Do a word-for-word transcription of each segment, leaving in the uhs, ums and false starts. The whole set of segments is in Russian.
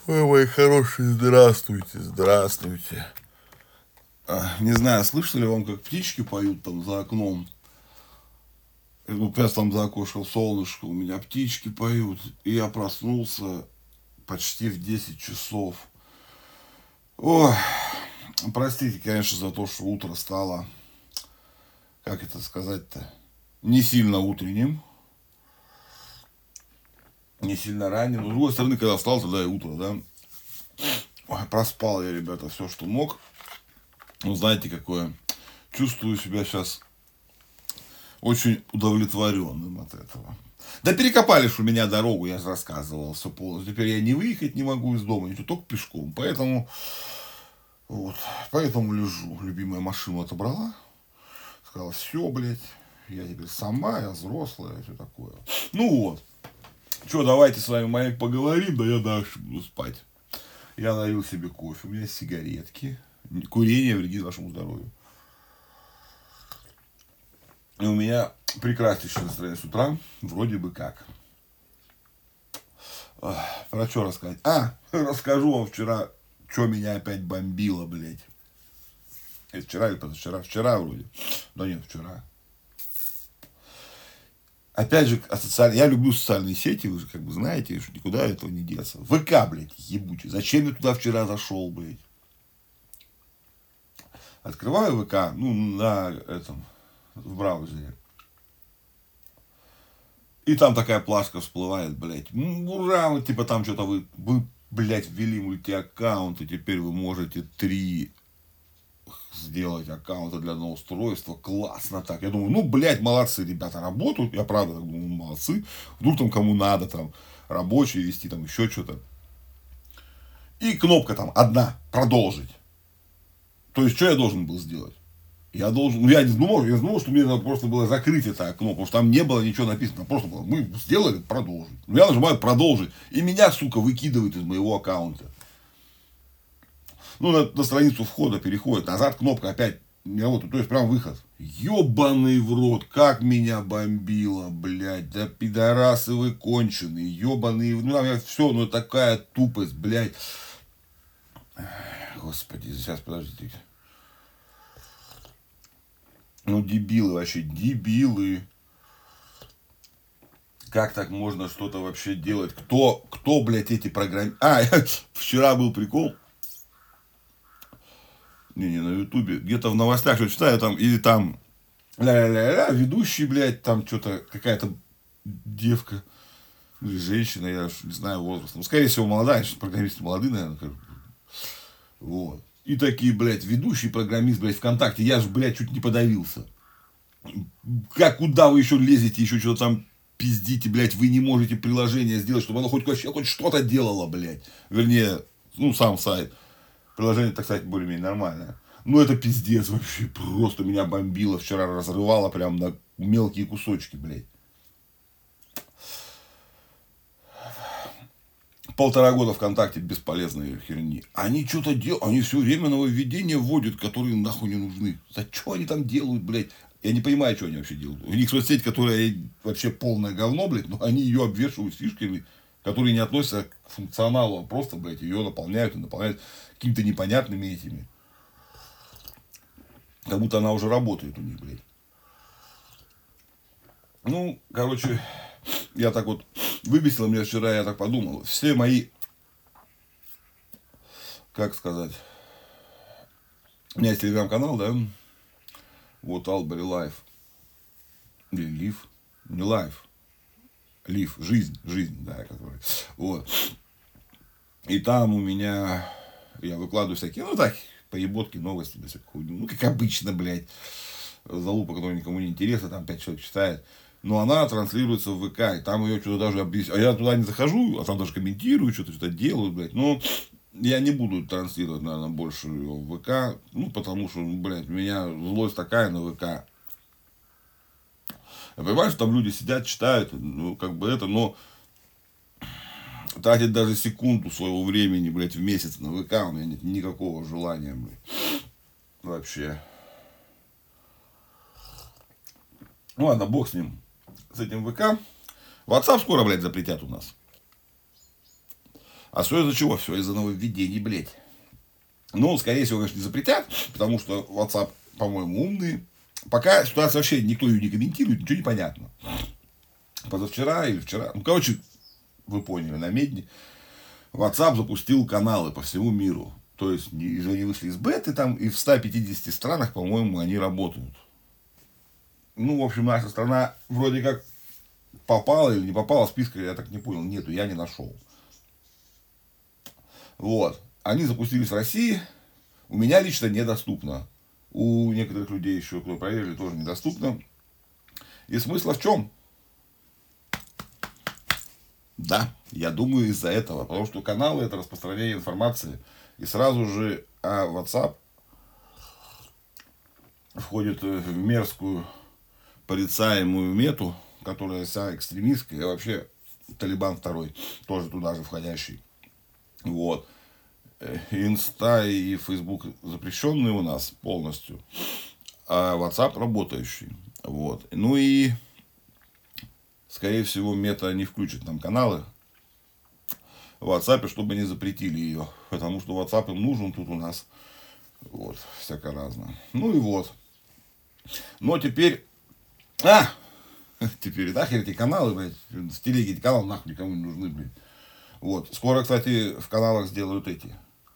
Ой, мои хорошие, здравствуйте, здравствуйте. А, не знаю, слышали ли вам, как птички поют там за окном? Ну, сейчас там за окошко солнышко, у меня птички поют. И я проснулся почти в десять часов. Ой, простите, конечно, за то, что утро стало, как это сказать-то, не сильно утренним, не сильно ранним. Но, с другой стороны, когда встал, тогда и утро, да. Ой, проспал я, ребята, все, что мог. Ну, знаете, какое. Чувствую себя сейчас очень удовлетворенным от этого. Да перекопали ж у меня дорогу, я же рассказывал все полностью. Теперь я не выехать не могу из дома, ничего, только пешком. Поэтому, вот, поэтому лежу. Любимая машину отобрала. Сказала, все, блядь, я теперь сама, я взрослая, все такое. Ну вот. Что, давайте с вами, Майк, поговорим, да я дальше буду спать. Я налил себе кофе, у меня сигаретки. Курение вредит вашему здоровью. И у меня прекраснейшее настроение с утра, вроде бы как. Ах, про что рассказать? А, расскажу вам вчера, что меня опять бомбило, блядь. Это вчера или позавчера? Вчера вроде. Да нет, вчера. Опять же, социальные... я люблю социальные сети, вы же как бы знаете, что никуда этого не деться. ВК, блядь, ебучий. Зачем я туда вчера зашел, блядь? Открываю ВК, ну, на этом, в браузере. И там такая плашка всплывает, блядь. Ура, вот типа там что-то вы, вы, блядь, ввели мультиаккаунт, и теперь вы можете три сделать аккаунта для одного устройства. Классно так. Я думаю, ну, блядь, молодцы, ребята, работают. Я правда так думаю, молодцы. Вдруг там кому надо, там, рабочие вести, там, еще что-то. И кнопка там одна, продолжить. То есть, что я должен был сделать? Я должен, ну я не думал, я думал, что мне надо просто было закрыть это окно, потому что там не было ничего написано, просто было, мы сделали, продолжить. Ну я нажимаю продолжить, и меня, сука, выкидывает из моего аккаунта. Ну, на, на страницу входа переходит, назад кнопка опять, вот, то есть прям выход. Ёбаный в рот, как меня бомбило, блядь, да пидорасы вы конченые, ёбаные, ну там все, ну такая тупость, блядь. Господи, сейчас, подождите. Ну, дебилы вообще, дебилы. Как так можно что-то вообще делать? Кто, кто, блядь, эти программы... А, вчера был прикол. Не, не, на ютубе. Где-то в новостях что читаю, там, или там... Ля-ля-ля-ля, ведущий, блядь, там что-то, какая-то девка. Или женщина, я не знаю возраст. Ну, скорее всего, молодая, программисты молодые, наверное. Вот. И такие, блядь, ведущий программист, блядь, ВКонтакте. Я же, блядь, чуть не подавился. Как, куда вы еще лезете, еще что-то там пиздите, блядь, вы не можете приложение сделать, чтобы оно хоть, вообще, хоть что-то делало, блядь. Вернее, ну, сам сайт. Приложение, так сказать, более-менее нормальное. Ну, это пиздец вообще. Просто меня бомбило. Вчера разрывало прям на мелкие кусочки, блядь. Полтора года ВКонтакте бесполезной херни. Они что-то делают, они все время нововведения вводят, которые нахуй не нужны. За что они там делают, блядь? Я не понимаю, что они вообще делают. У них соцсеть, которая вообще полное говно, блядь, но они ее обвешивают фишками, которые не относятся к функционалу, а просто, блядь, ее наполняют и наполняют какими-то непонятными этими. Как будто она уже работает у них, блядь. Ну, короче, я так вот выбесило меня вчера, я так подумал. Все мои, как сказать, у меня есть телеграм-канал, да, вот Алтбери Лайф, или Лив, не Лайф, Лив, жизнь, жизнь, да, который, вот. И там у меня, я выкладываю всякие, ну так, поеботки, новости, да, всякую хуйню, ну, как обычно, блядь, залупа, которая никому не интересна, там пять человек читает. Но она транслируется в ВК, и там ее что-то даже объясняют. А я туда не захожу, а там даже комментирую, что-то что-то делаю, блядь. Но я не буду транслировать, наверное, больше ее в ВК. Ну, потому что, блядь, у меня злость такая на ВК. Я понимаю, что там люди сидят, читают, ну, как бы это, но тратить даже секунду своего времени, блядь, в месяц на ВК у меня нет никакого желания, блядь. Вообще. Ну ладно, бог с ним. С этим ВК. WhatsApp скоро, блядь, запретят у нас. А все из-за чего? Все из-за нововведений, блядь. Ну, скорее всего, конечно, не запретят, потому что WhatsApp, по-моему, умный. Пока ситуация вообще никто ее не комментирует, ничего не понятно. Позавчера или вчера, ну, короче, вы поняли, на Медне WhatsApp запустил каналы по всему миру. То есть, если они вышли из беты, там и в ста пятидесяти странах, по-моему, они работают. Ну, в общем, наша страна вроде как попала или не попала в список, я так не понял, нету, я не нашел. Вот. Они запустились в России, у меня лично недоступно. У некоторых людей еще, кто проверили, тоже недоступно. И смысл в чем? Да, я думаю из-за этого, потому что каналы это распространение информации. И сразу же а WhatsApp входит в мерзкую порицаемую мету, которая вся экстремистская, и вообще Талибан второй, тоже туда же входящий. Вот. Инста и Фейсбук запрещенные у нас полностью, а WhatsApp работающий. Вот. Ну и скорее всего, мета не включит нам каналы в WhatsApp, чтобы не запретили ее. Потому что WhatsApp им нужен тут у нас. Вот, всякое разное. Ну и вот. Но теперь... А! Теперь нахер эти каналы, блядь. В телеге эти каналы нахуй никому не нужны, блядь. Вот. Скоро, кстати, в каналах сделают эти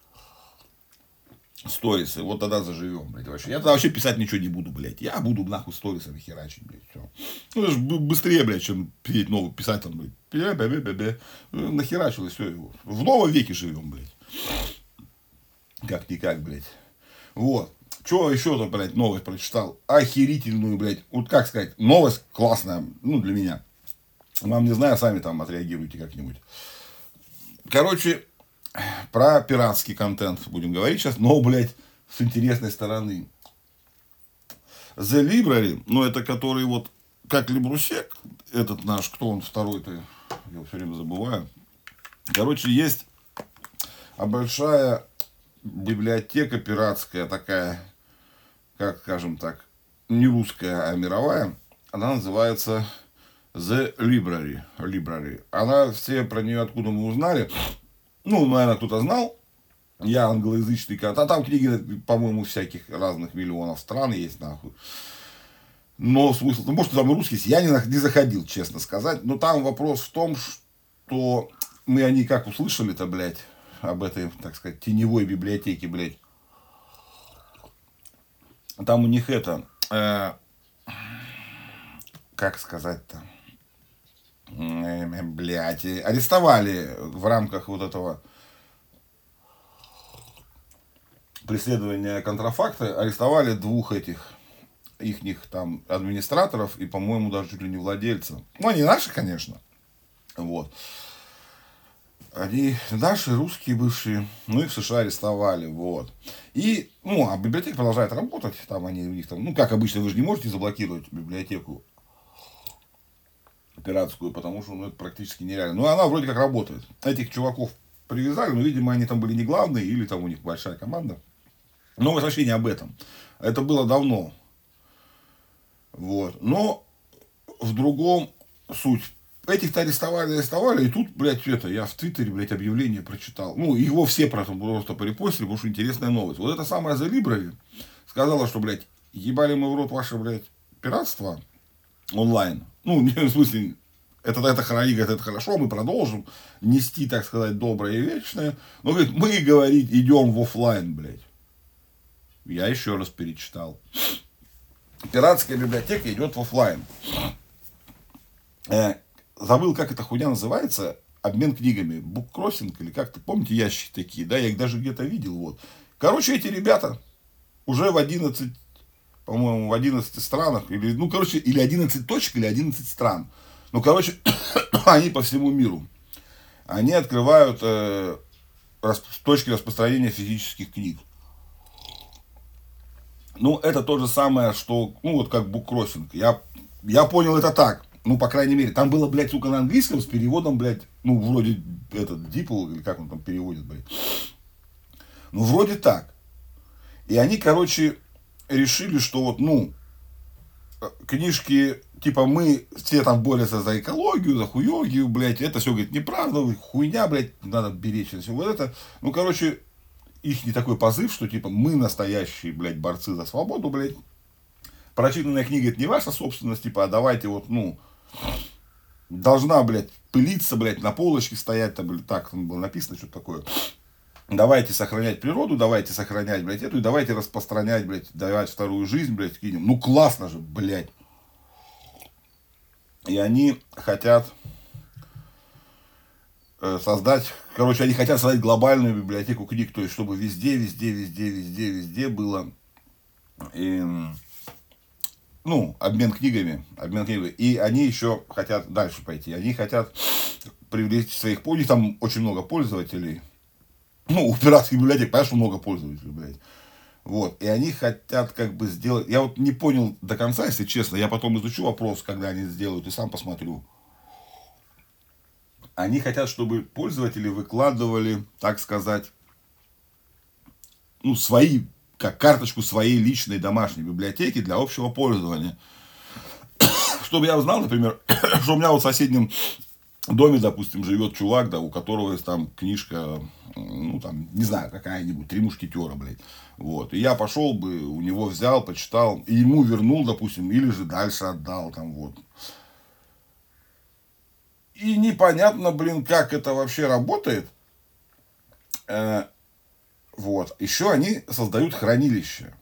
сторисы. Вот тогда заживем, блядь, вообще. Я тогда вообще писать ничего не буду, блядь. Я буду нахуй сторисами херачить, блядь. Все. Ну, это же быстрее, блядь, чем петь новый писать там, блядь. Бе-бе-бе-бе. Нахерачил и все его. В новом веке живем, блядь. Как-никак, блядь. Вот. Что еще там, блядь, новость прочитал? Охерительную, блядь. Вот как сказать, новость классная, ну, для меня. Вам не знаю, сами там отреагируйте как-нибудь. Короче, про пиратский контент будем говорить сейчас, но, блядь, с интересной стороны. The Library, ну, это который вот, как Либрусек, этот наш, кто он второй-то, я все время забываю. Короче, есть большая библиотека пиратская такая, как, скажем так, не русская, а мировая. Она называется The Library. Library. Она, все про нее откуда мы узнали. Ну, наверное, кто-то знал. Я англоязычный. А там книги, по-моему, всяких разных миллионов стран есть, нахуй. Но смысл, ну, может, там и русский есть. Я не, не заходил, честно сказать. Но там вопрос в том, что мы они как услышали-то, блядь, об этой, так сказать, теневой библиотеке, блядь. Там у них это, э, как сказать-то, э, блядь, арестовали в рамках вот этого преследования контрафакта, арестовали двух этих, ихних там администраторов и, по-моему, даже чуть ли не владельца. Ну, они наши, конечно. Вот. Они наши, русские бывшие, ну, их в США арестовали, вот. И, ну, а библиотека продолжает работать, там они у них там, ну, как обычно, вы же не можете заблокировать библиотеку пиратскую, потому что, ну, это практически нереально. Ну, она вроде как работает. Этих чуваков привязали, но, видимо, они там были не главные, или там у них большая команда. Но вообще не об этом. Это было давно. Вот. Но в другом суть. Этих-то арестовали, арестовали, и тут, блядь, это, я в Твиттере, блядь, объявление прочитал. Ну, его все просто, просто порепостили, потому что интересная новость. Вот это самая The Library сказала, что, блядь, ебали мы в рот ваше, блядь, пиратство онлайн. Ну, в смысле, это, это, это, это хорошо, мы продолжим нести, так сказать, доброе и вечное. Но, говорит, мы, говорит, идем в офлайн, блядь. Я еще раз перечитал. Пиратская библиотека идет в офлайн. Э, забыл, как эта хуйня называется. Обмен книгами. Буккроссинг или как-то. Помните, ящики такие, да? Я их даже где-то видел. Вот. Короче, эти ребята уже в одиннадцати, по-моему, в одиннадцати странах. Или, ну, короче, или одиннадцать точек, или одиннадцать стран. Ну, короче, они по всему миру. Они открывают э, расп- точки распространения физических книг. Ну, это то же самое, что, ну, вот как буккроссинг. Я, я понял это так. Ну, по крайней мере. Там было, блядь, сука, на английском с переводом, блядь, ну, вроде этот Дипл, или как он там переводит, блядь. Ну, вроде так. И они, короче, решили, что вот, ну, книжки типа, мы все там борются за экологию, за хуёгию, блядь, это все, говорит, неправда, хуйня, блядь, надо беречь все вот это. Ну, короче, их не такой позыв, что, типа, мы настоящие, блядь, борцы за свободу, блядь. Прочитанная книга, это не ваша собственность, типа, а давайте вот, ну, должна, блядь, пылиться, блядь, на полочке стоять, там, блядь, так там было написано, что-то такое. Давайте сохранять природу, давайте сохранять, блядь, эту, и давайте распространять, блядь, давать вторую жизнь, блядь, кинем. Ну, классно же, блядь. И они хотят создать, короче, они хотят создать глобальную библиотеку книг, то есть, чтобы везде, везде, везде, везде, везде было, и, ну, обмен книгами, обмен книгами. И они еще хотят дальше пойти, они хотят привлечь своих, у них там очень много пользователей, ну, у пиратских библиотек, понятно, что много пользователей, блядь. Вот, и они хотят как бы сделать, я вот не понял до конца, если честно, я потом изучу вопрос, когда они сделают, и сам посмотрю. Они хотят, чтобы пользователи выкладывали, так сказать, ну, свои, как карточку своей личной домашней библиотеки для общего пользования. Чтобы я узнал, например, что у меня вот в соседнем доме, допустим, живет чувак, да, у которого есть там книжка, ну, там, не знаю, какая-нибудь, «Три мушкетера», блядь. Вот. И я пошел бы, у него взял, почитал, и ему вернул, допустим, или же дальше отдал, там, вот. И непонятно, блин, как это вообще работает. Э, вот. Еще они создают хранилище.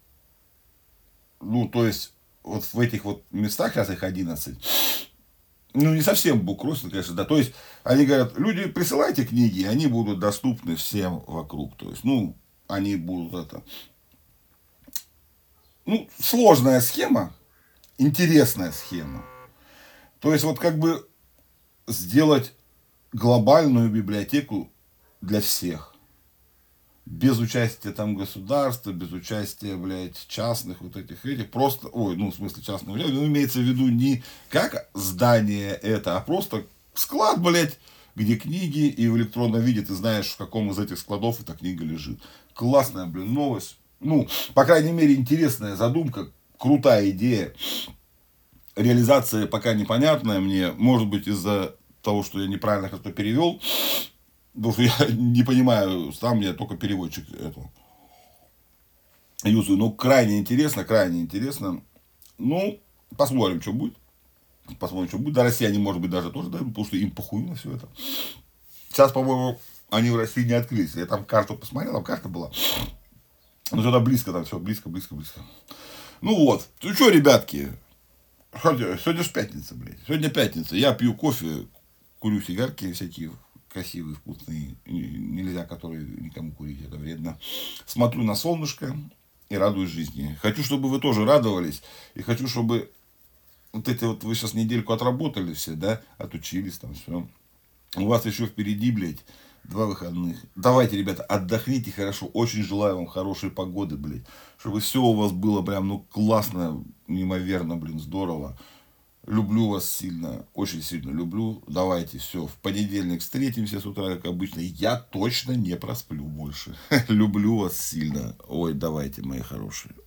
Ну, то есть, вот в этих вот местах, сейчас их одиннадцать, ну, не совсем буккроссинг, конечно, да. То есть, они говорят, люди, присылайте книги, они будут доступны всем вокруг. То есть, ну, они будут это... Ну, сложная схема, интересная схема. То есть, вот как бы сделать глобальную библиотеку для всех. Без участия там государства, без участия, блядь, частных вот этих этих. Просто, ой, ну, в смысле частного, ну, имеется в виду не как здание это, а просто склад, блядь, где книги, и в электронном виде ты знаешь, в каком из этих складов эта книга лежит. Классная, блин, новость. Ну, по крайней мере, интересная задумка, крутая идея. Реализация пока непонятная мне, может быть, из-за того, что я неправильно как-то перевел, потому что я не понимаю, сам я только переводчик этого юзаю. Ну, крайне интересно, крайне интересно. Ну, посмотрим, что будет. Посмотрим, что будет. До России они, может быть, даже тоже дойдут, потому что им похуй на все это. Сейчас, по-моему, они в России не открылись. Я там карту посмотрел, там карта была. Ну, сюда близко, там все близко, близко, близко. Ну вот. Ну что, ребятки, сегодня же пятница, блядь. Сегодня пятница. Я пью кофе, курю сигарки всякие красивые, вкусные, нельзя, которые никому курить, это вредно. Смотрю на солнышко и радуюсь жизни. Хочу, чтобы вы тоже радовались. И хочу, чтобы вот эти вот, вы сейчас недельку отработали все, да, отучились там, все. У вас еще впереди, блядь, два выходных. Давайте, ребята, отдохните хорошо. Очень желаю вам хорошей погоды, блядь. Чтобы все у вас было прям, ну, классно, неимоверно, блин, здорово. Люблю вас сильно, очень сильно люблю. Давайте, все, в понедельник встретимся с утра, как обычно. Я точно не просплю больше. Люблю вас сильно. Ой, давайте, мои хорошие.